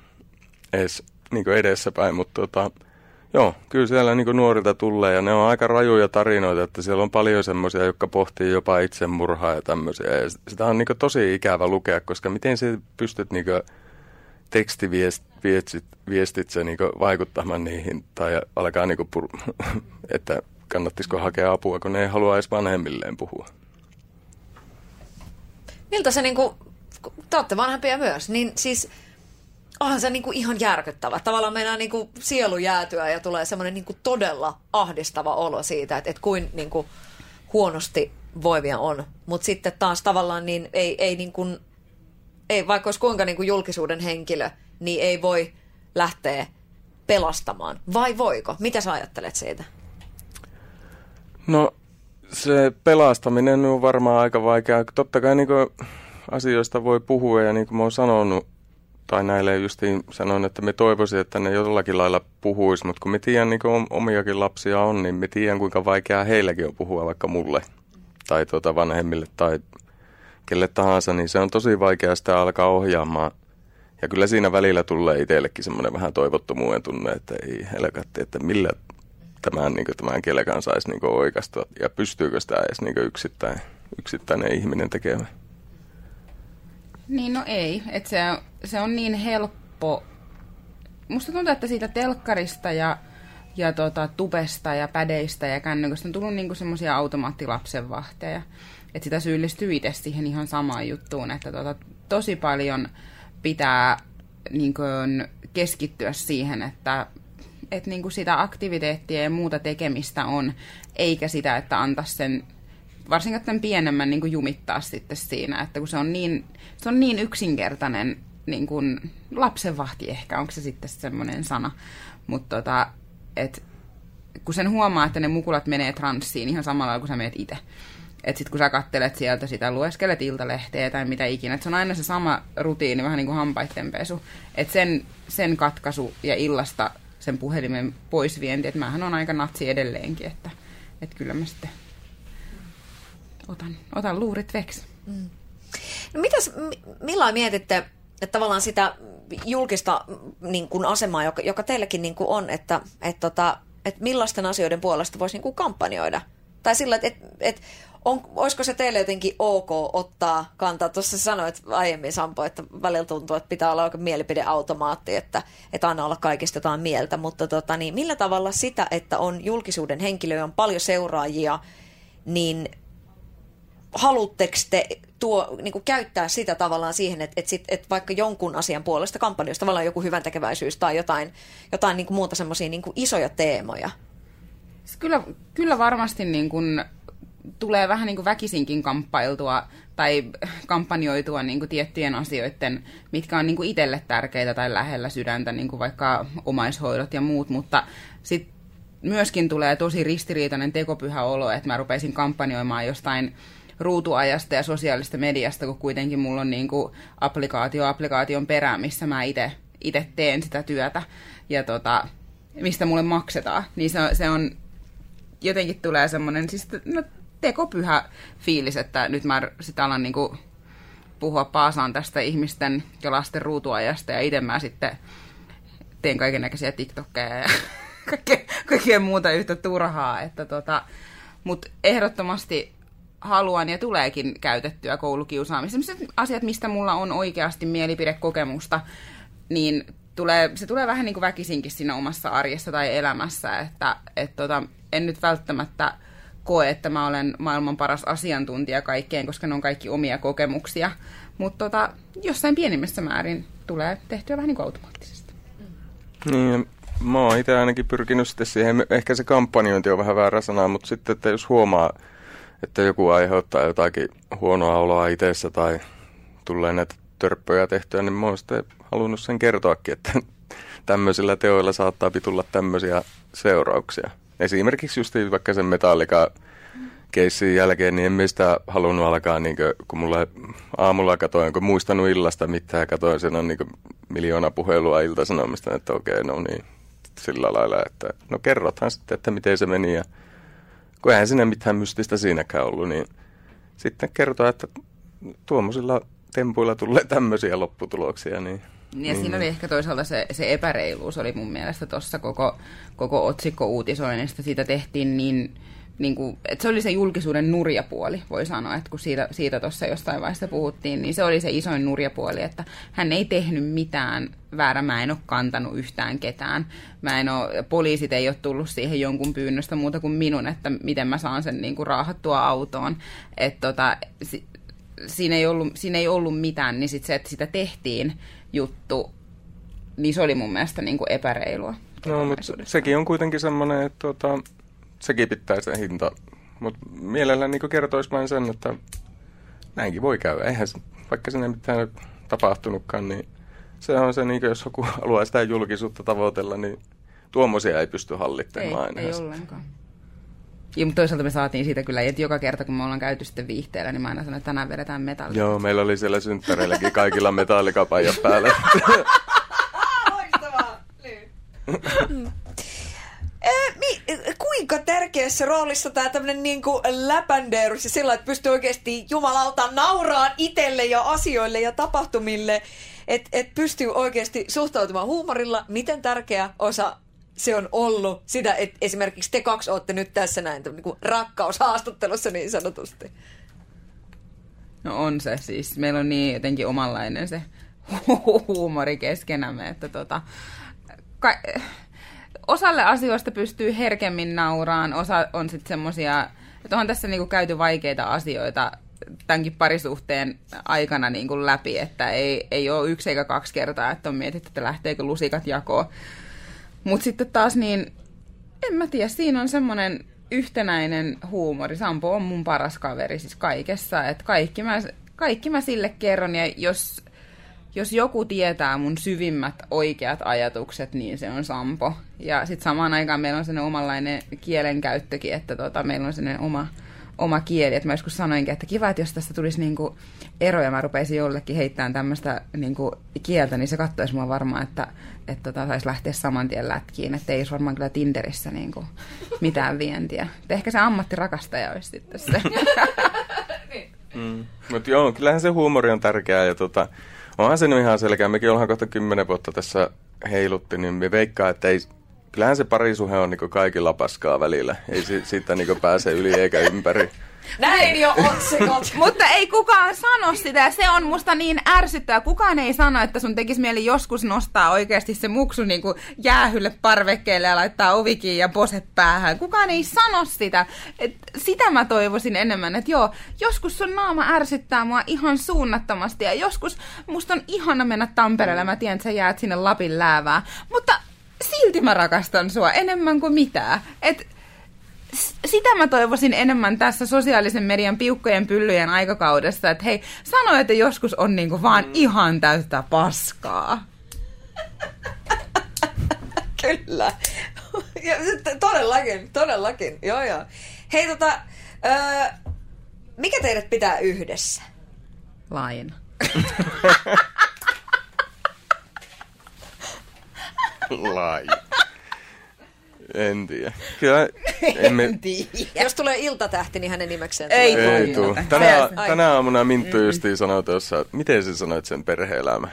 edes niinku edessäpäin, mutta tuota, joo, kyllä siellä niinku nuorilta tulee ja ne on aika rajuja tarinoita, että siellä on paljon semmoisia, jotka pohtii jopa itsemurhaa ja tämmöisiä. Ja sitä on niinku tosi ikävä lukea, koska miten sä pystyt niinku tekstiviestit viestitse niinku vaikuttamaan niihin tai alkaa niinku pur- että kannattisiko hakea apua, kun ne ei halua edes vanhemmilleen puhua. Miltä se niinku, te olette vanhempia myös, niin siis onhan se niinku ihan järkyttävä. Tavallaan mennään niinku sielu jäätyä ja tulee semmoinen niinku todella ahdistava olo siitä, että et kuin niinku huonosti voivia on. Mutta sitten taas tavallaan niin ei, ei, niinku, ei vaikka olisi kuinka niinku julkisuuden henkilö, niin ei voi lähteä pelastamaan. Vai voiko? Mitä sä ajattelet siitä? No se pelastaminen on varmaan aika vaikeaa. Totta kai niinku asioista voi puhua ja niin kuin mä oon sanonut, tai näille justiin sanoin, että me toivoisin, että ne jollakin lailla puhuisi, mutta kun me tiedän, niin kuin omiakin lapsia on, niin me tiedän, kuinka vaikeaa heilläkin on puhua vaikka mulle. tai tuota vanhemmille tai kelle tahansa, niin se on tosi vaikea sitä alkaa ohjaamaan. Ja kyllä siinä välillä tulee itsellekin semmoinen vähän toivottomuuden tunne, että ei helkatti, että millä tämän, niin kuin, tämän kelekan saisi niin kuin oikastua ja pystyykö sitä edes niin kuin yksittäin, yksittäinen ihminen tekemään. Niin no ei, että se, se on niin helppo. Musta tuntuu, että siitä telkkarista ja, ja tota, tubesta ja pädeistä ja kännyköstä on tullut niinku semmoisia automaattilapsenvahteja. Että sitä syyllistyy itse siihen ihan samaan juttuun, että tota, tosi paljon pitää niinku keskittyä siihen, että et niinku sitä aktiviteettia ja muuta tekemistä on, eikä sitä, että antaisi sen varsinkin tämän pienemmän niin kuin jumittaa sitten siinä, että kun se on niin, se on niin yksinkertainen niin kuin lapsenvahti ehkä, onko se sitten semmoinen sana, mutta tota, et, kun sen huomaa, että ne mukulat menee transsiin ihan samalla lailla kuin sä menet itse. Että sitten kun sä kattelet sieltä sitä, lueskelet iltalehteä tai mitä ikinä, että se on aina se sama rutiini, vähän niin kuin hampaittenpesu. Että sen, sen katkaisu ja illasta sen puhelimen poisvienti, että mähän on aika natsi edelleenkin, että, että kyllä mä sitten Otan, otan luurit veksi. Mm. No mitäs, milloin mietitte, että tavallaan sitä julkista niin kuin asemaa, joka, joka teilläkin niin kuin on, että, että, tota, että millaisten asioiden puolesta voisi niin kuin kampanjoida? Tai sillä, että, että, että on, olisiko se teille jotenkin ok ottaa kantaa? Tuossa sanoit aiemmin, Sampo, että välillä tuntuu, että pitää olla oikein mielipideautomaatti, että, että aina olla kaikista jotain mieltä. Mutta tota, niin millä tavalla sitä, että on julkisuuden henkilöä, on paljon seuraajia, niin haluatteko te tuo, niin kuin käyttää sitä tavallaan siihen, että, että, sit, että vaikka jonkun asian puolesta kampanjoista tavallaan joku hyväntekeväisyys tai jotain, jotain niin kuin muuta semmoisia niin kuin isoja teemoja? Kyllä, kyllä varmasti niin kuin tulee vähän niin kuin väkisinkin kamppailtua tai kampanjoitua niin kuin tiettyjen asioiden, mitkä on niin kuin itselle tärkeitä tai lähellä sydäntä, niin kuin vaikka omaishoidot ja muut, mutta sitten myöskin tulee tosi ristiriitainen tekopyhä olo, että mä rupeisin kampanjoimaan jostain ruutuajasta ja sosiaalista mediasta, kun kuitenkin mulla on niin kuin applikaatio applikaation perään, missä mä itse teen sitä työtä ja tota, mistä mulle maksetaan. Niin se, se on, jotenkin tulee semmoinen siis, no, tekopyhä fiilis, että nyt mä sit alan niin kuin puhua paasaan tästä ihmisten ja lasten ruutuajasta ja itse mä sitten teen kaikennäköisiä TikTokkeja ja kaikkea, kaikkea muuta yhtä turhaa. Että tota, mut ehdottomasti haluan ja tuleekin käytettyä koulukiusaamista. Sellaiset asiat, mistä mulla on oikeasti mielipidekokemusta, niin tulee, se tulee vähän niin kuin väkisinkin siinä omassa arjessa tai elämässä, että et tota, en nyt välttämättä koe, että mä olen maailman paras asiantuntija kaikkeen, koska ne on kaikki omia kokemuksia, mutta tota, jossain pienimmässä määrin tulee tehtyä vähän niin kuin automaattisesti. Niin, mä oon itse ainakin pyrkinyt sitten siihen, ehkä se kampanjointi on vähän väärä sana, mutta sitten, että jos huomaa, että joku aiheuttaa jotakin huonoa oloa itsessä tai tulee näitä törppöjä tehtyä, niin mä oon sitten halunnut sen kertoakin, että tämmöisillä teoilla saattaa tulla tämmöisiä seurauksia. Esimerkiksi just vaikka sen Metallica-keissin jälkeen, niin en mistä halunnut alkaa, niin kuin, kun mulla aamulla katoin, kun muistanut illasta mitään, ja katoin sen on niin kuin miljoona puhelua Ilta-Sanomista, että okei, no niin, sillä lailla, että no kerrothan sitten, että miten se meni, ja kun eihän siinä mitään mystistä siinäkään ollut, niin sitten kertoa, että tuommoisilla tempuilla tulee tämmöisiä lopputuloksia. Niin, ja niin, siinä oli ehkä toisaalta se, se epäreiluus oli mun mielestä tuossa koko, koko otsikko-uutisoinnista. Siitä tehtiin niin, niin kuin, että se oli se julkisuuden nurjapuoli, voi sanoa, että kun siitä, siitä tuossa jostain vaiheessa puhuttiin, niin se oli se isoin nurjapuoli, että hän ei tehnyt mitään väärä, mä en ole kantanut yhtään ketään. Mä en ole, poliisit ei ole tullut siihen jonkun pyynnöstä muuta kuin minun, että miten mä saan sen niin kuin raahattua autoon. Että tota, si, siinä, ei ollut, siinä ei ollut mitään, niin sit se, että sitä tehtiin juttu, niin se oli mun mielestä niin kuin epäreilua. No, mutta sekin on kuitenkin semmoinen, että tuota, sekin pitää sen hinta. Mutta mielellään niin kertoisi vain sen, että näinkin voi käydä. Eihän se, vaikka sinne mitään tapahtunutkaan, niin se on se, niin jos joku haluaa sitä julkisuutta tavoitella, niin tuommoisia ei pysty hallittamaan. Ei, ei ollenkaan. Ja, mutta toisaalta me saatiin siitä kyllä, että joka kerta kun me ollaan käyty sitten viihteellä, niin mä aina sanon, että tänään vedetään metallia. Joo, meillä oli siellä synttäreilläkin kaikilla metallikapajat päällä. Loistavaa! Kuinka tärkeä oikeassa roolissa tämä tämmöinen niinku läpändeerus ja sillä, että pystyy oikeasti jumalauta nauraan itselle ja asioille ja tapahtumille, että et pystyy oikeasti suhtautumaan huumorilla, miten tärkeä osa se on ollut sitä, että esimerkiksi te kaksi olette nyt tässä näin niin rakkaushaastattelussa niin sanotusti. No on se siis. Meillä on niin jotenkin omanlainen se huumori keskenämme, että tota, ka- osalle asioista pystyy herkemmin nauraan, osa on sitten semmoisia, että onhan tässä niinku käyty vaikeita asioita tämänkin parisuhteen aikana niinku läpi, että ei, ei ole yksi eikä kaksi kertaa, että on mietitty, että lähteekö lusikat jakoon. Mutta sitten taas niin, en mä tiedä, siinä on semmoinen yhtenäinen huumori. Sampo on mun paras kaveri siis kaikessa, että kaikki mä, kaikki mä sille kerron, ja jos, jos joku tietää mun syvimmät oikeat ajatukset, niin se on Sampo. Ja sitten samaan aikaan meillä on sellainen omanlainen kielenkäyttökin, että tota, meillä on sellainen oma, oma kieli. Et mä joskus sanoinkin, että kiva, että jos tästä tulisi niinku eroja, mä rupeisin jollekin heittämään tämmöistä niinku kieltä, niin se katsoisi mua varmaan, että et tota, saisi lähteä saman tien lätkiin. Että ei olisi varmaan kyllä Tinderissä niinku mitään vientiä. Et ehkä se ammattirakastaja olisi sitten se. mm. Mutta joo, kyllähän se huumori on tärkeää. Ja tota, onhan se nyt ihan selkeä. Mekin ollaan kohta kymmenen vuotta tässä heilutti, niin me veikkaa, että ei, kyllähän se parisuhe on niinku kaikilla paskaa välillä. Ei si- siitä niinku pääse yli eikä ympäri. Näin jo otsikot. Mutta ei kukaan sano sitä, ja se on musta niin ärsyttävää. Kukaan ei sano, että sun tekisi mieli joskus nostaa oikeasti se muksu niin kuin jäähylle parvekkeelle ja laittaa ovikin ja poset päähän. Kukaan ei sano sitä. Et sitä mä toivoisin enemmän, että joo, joskus sun naama ärsyttää mua ihan suunnattomasti, ja joskus musta on ihana mennä Tampereelle. Mä tiedän, että sä jäät sinne Lapin läävään. Mutta silti mä rakastan sua enemmän kuin mitään. Et sitä mä toivoisin enemmän tässä sosiaalisen median piukkojen pyllyjen aikakaudessa, että hei, sano, että joskus on niinku vaan mm. ihan täyttä paskaa. Kyllä. Ja, todellakin, todellakin. Joo, joo. Hei, tota, öö, mikä teidät pitää yhdessä? Laina. Laina. En tiedä. Kyllä, emme... en tiedä. Jos tulee iltatähti, niin hänen nimekseen ei tulee. Ei tule. Tänä, tänä aamuna Minttu justiin sanoi tuossa, miten sä sanoit sen perhe-elämä?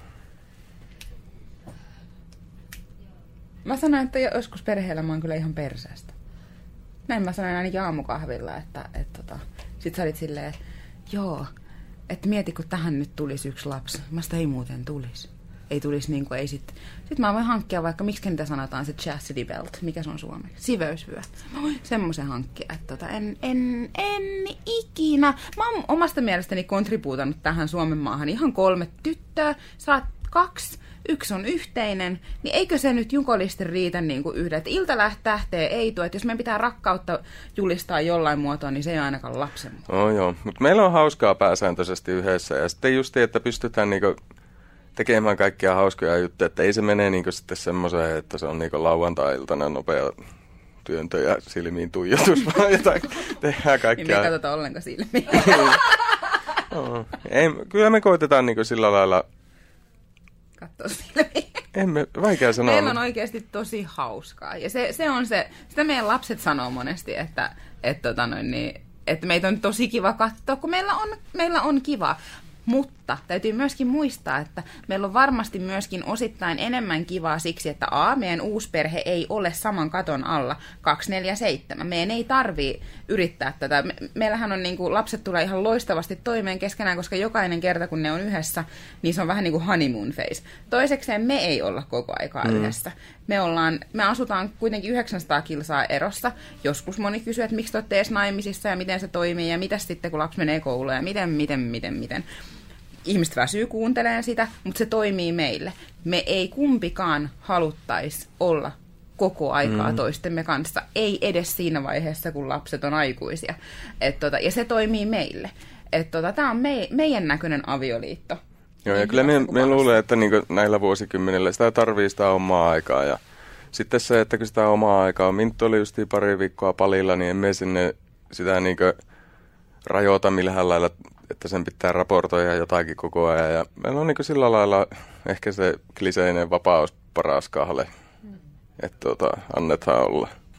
Mä sanoin, että joskus perhe-elämä on kyllä ihan perseestä. Näin mä sanoin ainakin aamukahvilla, että et, tota, sit sä olit silleen, joo, että mieti, kun tähän nyt tulisi yksi lapsi. Mä sitä ei muuten tulisi. Ei tulisi niin kuin, ei sit. Sit mä voin hankkia vaikka, miksi niitä sanotaan se chastity belt, mikä se on suomeksi? Siveysvyö. Mä voin semmoisen hankkia, että tota, en, en, en ikinä. Mä oon omasta mielestäni kontribuutannut tähän Suomen maahan ihan kolme tyttöä, saat kaksi, yksi on yhteinen, niin eikö se nyt jukolisesti riitä niin kuin yhdet? Ilta lähtee, ei tuo, että jos meidän pitää rakkautta julistaa jollain muotoa, niin se ei ole ainakaan lapsen muoto. Oh, joo, mutta meillä on hauskaa pääsääntöisesti yhdessä, ja sitten just, että pystytään niinku tekemään kaikkia hauskoja juttuja, että ei se mene niinku sitten semmoiseen, että se on niinku lauantai-iltana nopea työntö ja silmiin tuijotus, vaan jotain tehdään kaikkia. Niin me ei katsota ollenkaan silmiin. no, ei, kyllä me koitetaan niinku sillä lailla katsoa silmiin. Emme, vaikea sanoa. Meillä on oikeasti tosi hauskaa. Ja se, se on se, sitä meidän lapset sanoo monesti, että, että, tota noin, niin, että meitä on tosi kiva katsoa, kun meillä on, meillä on kiva. Mutta täytyy myöskin muistaa, että meillä on varmasti myöskin osittain enemmän kivaa siksi, että a, meidän uusperhe ei ole saman katon alla kaksikymmentäneljä seitsemän. Meidän ei tarvii yrittää tätä. Me, meillähän on niin kuin, lapset tulee ihan loistavasti toimeen keskenään, koska jokainen kerta kun ne on yhdessä, niin se on vähän niin kuin honeymoon phase. Toisekseen me ei olla koko aikaa mm. yhdessä. Me, ollaan, me asutaan kuitenkin yhdeksänsataa kilsaa erossa. Joskus moni kysyy, että miksi te olette edes naimisissa ja miten se toimii ja mitä sitten kun lapsi menee kouluun ja miten, miten, miten, miten. Ihmiset väsyy kuuntelemaan sitä, mutta se toimii meille. Me ei kumpikaan haluttaisi olla koko aikaa mm. toistemme kanssa. Ei edes siinä vaiheessa, kun lapset on aikuisia. Et tota, ja se toimii meille. Tota, tämä on me, meidän näköinen avioliitto. Joo, ja kyllä me, me luulen, että niinku näillä vuosikymmenillä sitä tarvii sitä omaa aikaa. Ja sitten se, että kun sitä omaa aikaa, Minttu oli justiin pari viikkoa palilla, niin emme sinne sitä niinku rajoita millään lailla, että sen pitää raportoida jotakin koko ajan. Ja meillä on niinku sillä lailla ehkä se kliseinen vapaus paras kahle, että tuota, annetaan olla.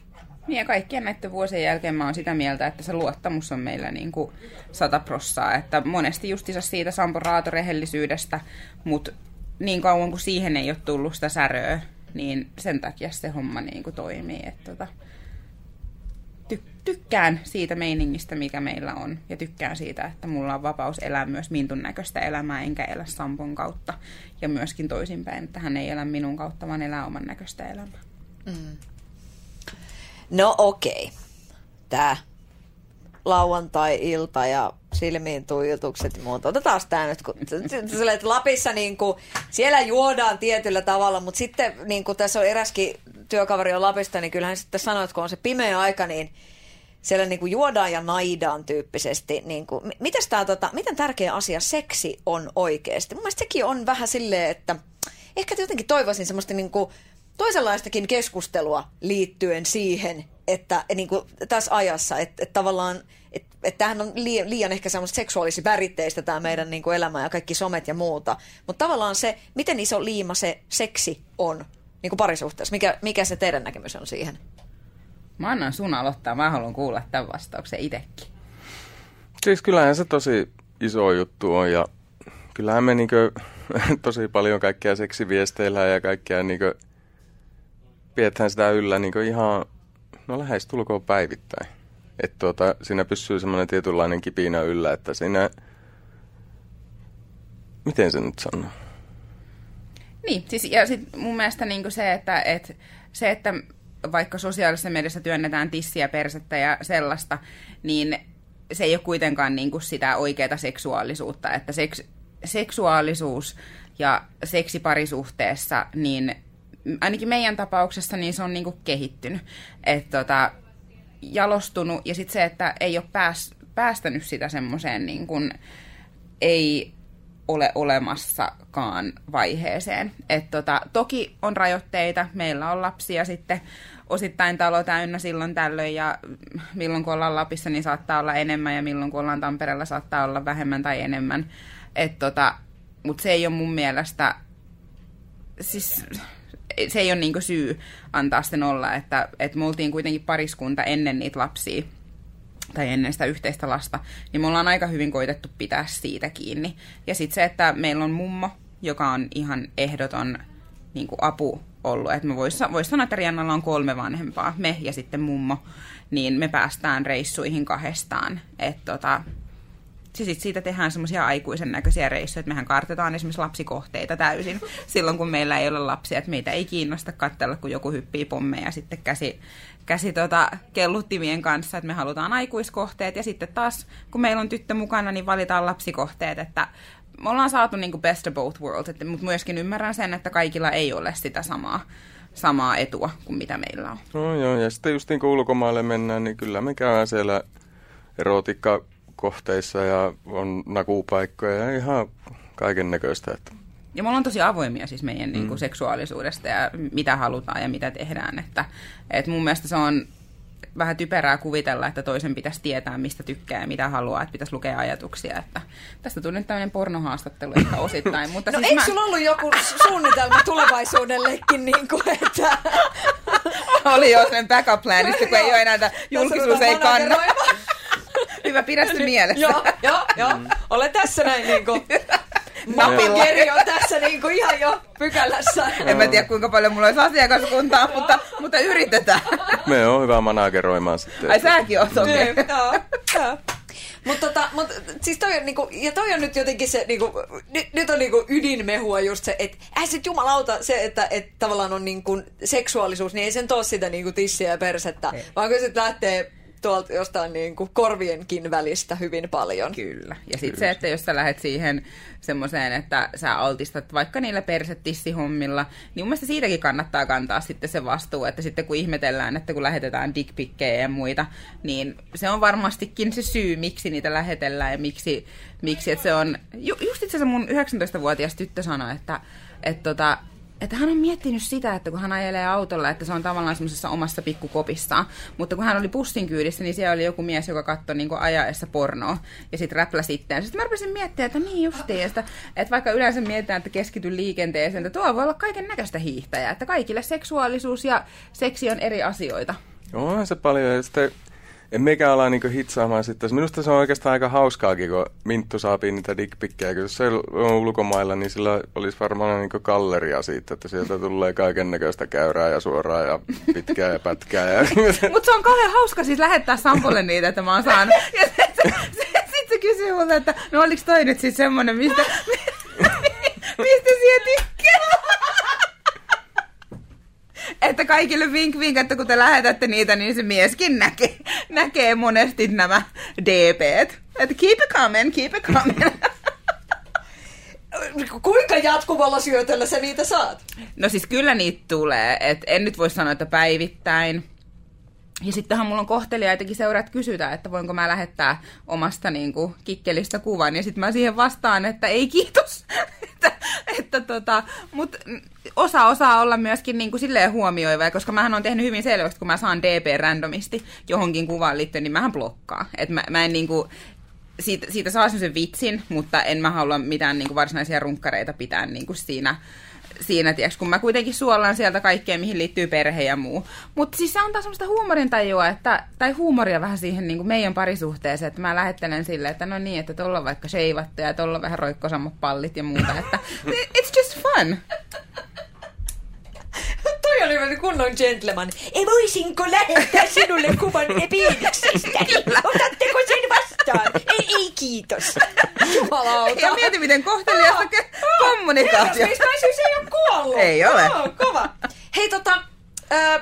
Niin ja kaikkien näiden vuosien jälkeen mä oon sitä mieltä, että se luottamus on meillä niin kuin sata prossaa. Että monesti justiinsa siitä Sampon raatorehellisyydestä, mutta niin kauan kuin siihen ei ole tullut sitä säröä, niin sen takia se homma niin kuin toimii. Että tota, ty- tykkään siitä meiningistä, mikä meillä on. Ja tykkään siitä, että mulla on vapaus elää myös Mintun näköistä elämää, enkä elä Sampon kautta. Ja myöskin toisinpäin, että hän ei elä minun kautta, vaan elää oman näköistä elämää. Mm. No okei. Tää lauantai-ilta ja silmiin tuijotukset ja muuta. Otetaan tää nyt, kun Lapissa niin kuin, siellä juodaan tietyllä tavalla, mutta sitten niin kuin tässä on eräskin työkaveri on Lapista, niin kyllähän sitten sanoo, että kun on se pimeä aika, niin siellä niin kuin juodaan ja naidaan tyyppisesti. Niin kuin, mitäs tää, tota, miten tärkeä asia seksi on oikeasti? Mun mielestä sekin on vähän silleen, että ehkä jotenkin toivoisin semmoista niin kuin toisenlaistakin keskustelua liittyen siihen, että niin kuin tässä ajassa, että, että tavallaan, että, että tämähän on liian, liian ehkä semmoista seksuaalisväritteistä tämä meidän niin kuin elämä ja kaikki somet ja muuta, mutta tavallaan se, miten iso liima se seksi on niin kuin parisuhteessa, mikä, mikä se teidän näkemys on siihen? Mä annan sun aloittaa, mä haluan kuulla tämän vastauksen itsekin. Siis kyllähän se tosi iso juttu on ja kyllähän me niinkö tosi paljon kaikkea seksiviesteillä ja kaikkea niinkö pidetään sitä yllä niinkö ihan, no lähes tulkoon päivittäin. Että tuota, siinä pysyy semmoinen tietynlainen kipinä yllä, että siinä, miten se nyt sanoo? Niin, siis ja sit mun mielestä niinku se, että et, se, että vaikka sosiaalisessa mediassa työnnetään tissiä, persettä ja sellaista, niin se ei ole kuitenkaan niinku sitä oikeaa seksuaalisuutta, että seks, seksuaalisuus ja seksi parisuhteessa, niin ainakin meidän tapauksessa niin se on niinku kehittynyt, että tota, jalostunut ja sitten se, että ei ole pääs, päästänyt sitä semmoiseen niin kuin ei ole olemassakaan vaiheeseen. Et tota, toki on rajoitteita, meillä on lapsia sitten osittain talo täynnä silloin tällöin ja milloin kun ollaan Lapissa niin saattaa olla enemmän ja milloin kun ollaan Tampereella saattaa olla vähemmän tai enemmän. Et tota, mutta se ei ole mun mielestä, siis se ei ole niinku syy antaa sen olla, että, että me oltiin kuitenkin pariskunta ennen niitä lapsia tai ennen sitä yhteistä lasta, niin me ollaan aika hyvin koitettu pitää siitä kiinni. Ja sitten se, että meillä on mummo, joka on ihan ehdoton niinku apu ollut, että me vois, vois sanoa, että Riannalla on kolme vanhempaa, me ja sitten mummo, niin me päästään reissuihin kahdestaan, että tota, siis siitä tehdään semmoisia aikuisen näköisiä reissuja, että mehän kartetaan esimerkiksi lapsikohteita täysin silloin, kun meillä ei ole lapsia, että meitä ei kiinnosta katsella, kun joku hyppii pommeja sitten käsi, käsi tota, kelluttimien kanssa, että me halutaan aikuiskohteet ja sitten taas, kun meillä on tyttö mukana, niin valitaan lapsikohteet, että me ollaan saatu niin kuin best of both worlds, että, mutta myöskin ymmärrän sen, että kaikilla ei ole sitä samaa, samaa etua kuin mitä meillä on. No joo, ja sitten just niin kuin ulkomaille mennään, niin kyllä me käydään siellä erotikka kohteissa ja on nakupaikkoja ja ihan kaiken näköistä. Että. Ja me ollaan tosi avoimia siis meidän mm. niin kuin seksuaalisuudesta ja mitä halutaan ja mitä tehdään. Että, että mun mielestä se on vähän typerää kuvitella, että toisen pitäisi tietää, mistä tykkää ja mitä haluaa, että pitäisi lukea ajatuksia. Että tästä tuli nyt tämmöinen pornohaastattelu ehkä osittain. Mutta no siis eikö mä... sulla ollut joku suunnitelma tulevaisuudellekin? Niin kuin, että... Oli jo sellainen backup planista, kun ei ole enää, julkisuus ei kanna. Hyvä, pidä se mielessä. Joo, joo, joo. Olen tässä näin niin kuin... Mapilleri on tässä niin kuin ihan jo pykälässä. En mä tiedä, kuinka paljon mulla olisi asiakaskuntaa, mutta, mutta yritetään. Me on hyvä manageroimaan sitten. Ai säkin oot okei. Okay. Joo, joo. Mutta tota, mut, siis toi on, niinku, ja toi on nyt jotenkin se, niinku, nyt, nyt on niinku ydinmehua just se, että äh sit jumalauta se, että et tavallaan on niinku seksuaalisuus, niin ei sen too sitä niinku tissiä ja persettä, ei. Vaan kyllä se lähtee tuolta jostain niin kuin korvienkin välistä hyvin paljon. Kyllä. Ja sitten se, että jos sä lähdet siihen semmoiseen, että sä altistat vaikka niillä persettissihommilla, niin mun mielestä siitäkin kannattaa kantaa sitten se vastuu, että sitten kun ihmetellään, että kun lähetetään dickpikkejä ja muita, niin se on varmastikin se syy, miksi niitä lähetellään ja miksi, miksi että se on, ju, just itse asiassa mun yhdeksäntoistavuotias tyttö sanoi, että, että tota, että hän on miettinyt sitä, että kun hän ajelee autolla, että se on tavallaan semmoisessa omassa pikkukopissaan. Mutta kun hän oli bussin kyydissä, niin siellä oli joku mies, joka katsoi niin kuin ajaessa pornoa ja sitten räpläsi itseään. Sitten mä rupesin miettimään, että niin justiin, että, että vaikka yleensä mietitään, että keskity liikenteeseen, että tuo voi olla kaiken näköistä hiihtäjää. Että kaikille seksuaalisuus ja seksi on eri asioita. Onhan se paljon. Ja sitten en mekään ala niinku hitsaamaan sitten. Minusta se on oikeastaan aika hauskaakin, kun Minttu saapii niitä dickpikkejä. Jos se on ulkomailla, niin sillä olisi varmaan niinku galleria siitä, että sieltä tulee kaiken näköistä käyrää ja suoraa ja pitkää ja pätkää. Ja... Mutta se on kauhean hauska siis lähettää Sampolle niitä, että mä oon saanut. Ja se, se, se, sit se kysyy multa, että no oliks toi nyt siis semmonen, mistä, mistä siellä tykkää? Että kaikille vink vink, että kun te lähetätte niitä, niin se mieskin näkee, näkee monesti nämä D P:t. Että keep it coming, keep it coming. Kuinka jatkuvalla syötöllä sä niitä saat? No siis kyllä niitä tulee. Et en nyt voi sanoa, että päivittäin. Ja sittenhän mulla on kohteliaitakin seuraat kysytään, että voinko mä lähettää omasta niinku kikkelistä kuvan. Ja sitten mä siihen vastaan, että ei kiitos. että, että tota, mut osa osaa olla myöskin niinku silleen huomioiva, koska mähän on tehnyt hyvin selväksi, kun mä saan D P randomisti johonkin kuvaan liittyen, niin mähän blokkaan. Että mä, mä en niinku... Siitä, siitä saa semmoisen vitsin, mutta en mä halua mitään niinku varsinaisia runkkareita pitää niinku siinä, siinä tiiäks, kun mä kuitenkin suollaan sieltä kaikkea, mihin liittyy perhe ja muu. Mutta siis se antaa semmoista huumorintajua, että, tai huumoria vähän siihen niinku meidän parisuhteeseen, että mä lähettelen silleen, että no niin, että tuolla on vaikka sheivattu ja tuolla on vähän roikkosammat pallit ja muuta, että it's just fun. Toi oli vähän kunnon gentleman. Ei voisinko lähettää sinulle kuvan epiidiksestäni? Otatteko sen vastaan? Ei, ei kiitos. Jumalauta. Ja mieti, miten kohteliasta kommunikaatio. Herrasmiesnaisyys ei ole kuollut. Ei ole. Oh, kova. Hei tota, äh,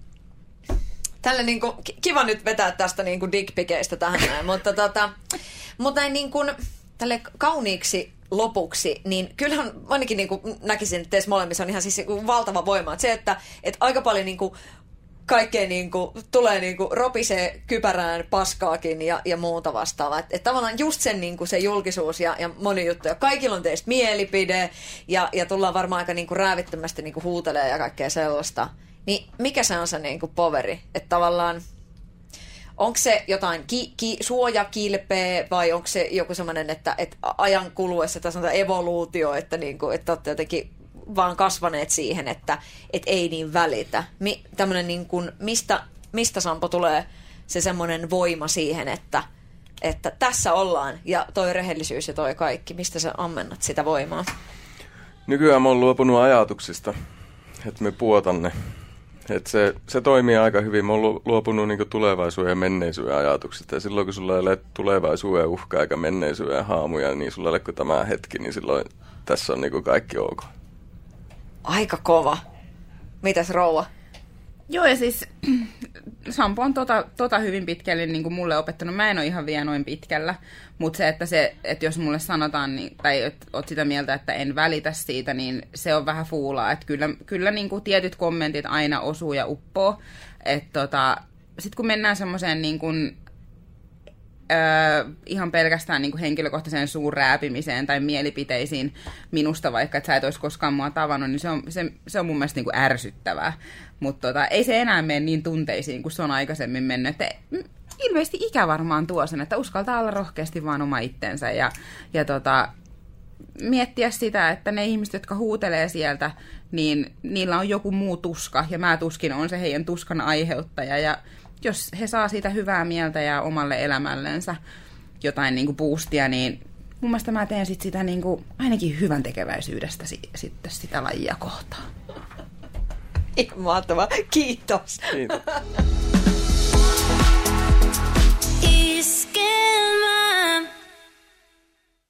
tälle niinku, kiva nyt vetää tästä niinku dickpikeistä tähän näin, mutta tota, mutta näin niinku, tälle kauniiksi lopuksi, niin kyllähän ainakin niin kuin näkisin, että teissä molemmissa on ihan siis niin valtava voima. Että se, että, että aika paljon niin kuin kaikkea niin kuin, tulee niin kuin ropisee kypärään paskaakin ja, ja muuta vastaavaa. Että, että tavallaan just sen niin kuin se julkisuus ja, ja moni juttu. Ja kaikilla on teistä mielipide ja, ja tullaan varmaan aika niin kuin räävittömästi niin kuin huutelee ja kaikkea sellaista. Niin mikä se on se niin kuin poveri? Että tavallaan onko se jotain ki, ki, suojakilpeä vai onko se joku semmoinen, että, että ajan kuluessa tai sanotaan evoluutio, että, niin kuin, että olette jotenkin vaan kasvaneet siihen, että, että ei niin välitä. Mi, tämmöinen niin kuin, mistä, mistä Sampo tulee se semmoinen voima siihen, että, että tässä ollaan ja toi rehellisyys ja toi kaikki. Mistä sä ammennat sitä voimaa? Nykyään mä oon luopunut ajatuksista, että me puotan ne. Et se, se toimii aika hyvin. Mä oon luopunut niinku tulevaisuuden ja menneisyyden ajatuksista. Ja silloin kun sulla ei ole tulevaisuuden uhka eikä menneisyyden haamuja, niin sulla ei ole kuin tämä hetki, niin silloin tässä on niinku kaikki ok. Aika kova. Mitäs rouva? Joo, ja siis Sampo on tota, tota hyvin pitkälle niin kuin mulle opettanut. Mä en ole ihan vielä noin pitkällä, mutta se, että, se, että jos mulle sanotaan, niin, tai että oot sitä mieltä, että en välitä siitä, niin se on vähän fuulaa. Että kyllä kyllä niin kuin tietyt kommentit aina osuu ja uppoo. Tota, sitten kun mennään semmoiseen niin kuin, Öö, ihan pelkästään niin kuin henkilökohtaiseen suurrääpimiseen tai mielipiteisiin minusta, vaikka että sä et olisi koskaan mua tavannut, niin se on, se, se on mun mielestä niin kuin ärsyttävää. Mutta tota, ei se enää mene niin tunteisiin, kuin se on aikaisemmin mennyt. Että ilmeisesti ikä varmaan tuo sen, että uskaltaa olla rohkeasti vaan oma itsensä ja, ja tota, miettiä sitä, että ne ihmiset, jotka huutelee sieltä, niin niillä on joku muu tuska ja mä tuskin on se heidän tuskan aiheuttaja ja jos he saa siitä hyvää mieltä ja omalle elämällensä jotain niin kuin boostia, niin mun mielestä mä teen sit sitä niin kuin ainakin hyvän tekeväisyydestä si- sitten sitä lajia kohtaan. Ihan mahtavaa. Kiitos. Kiitos.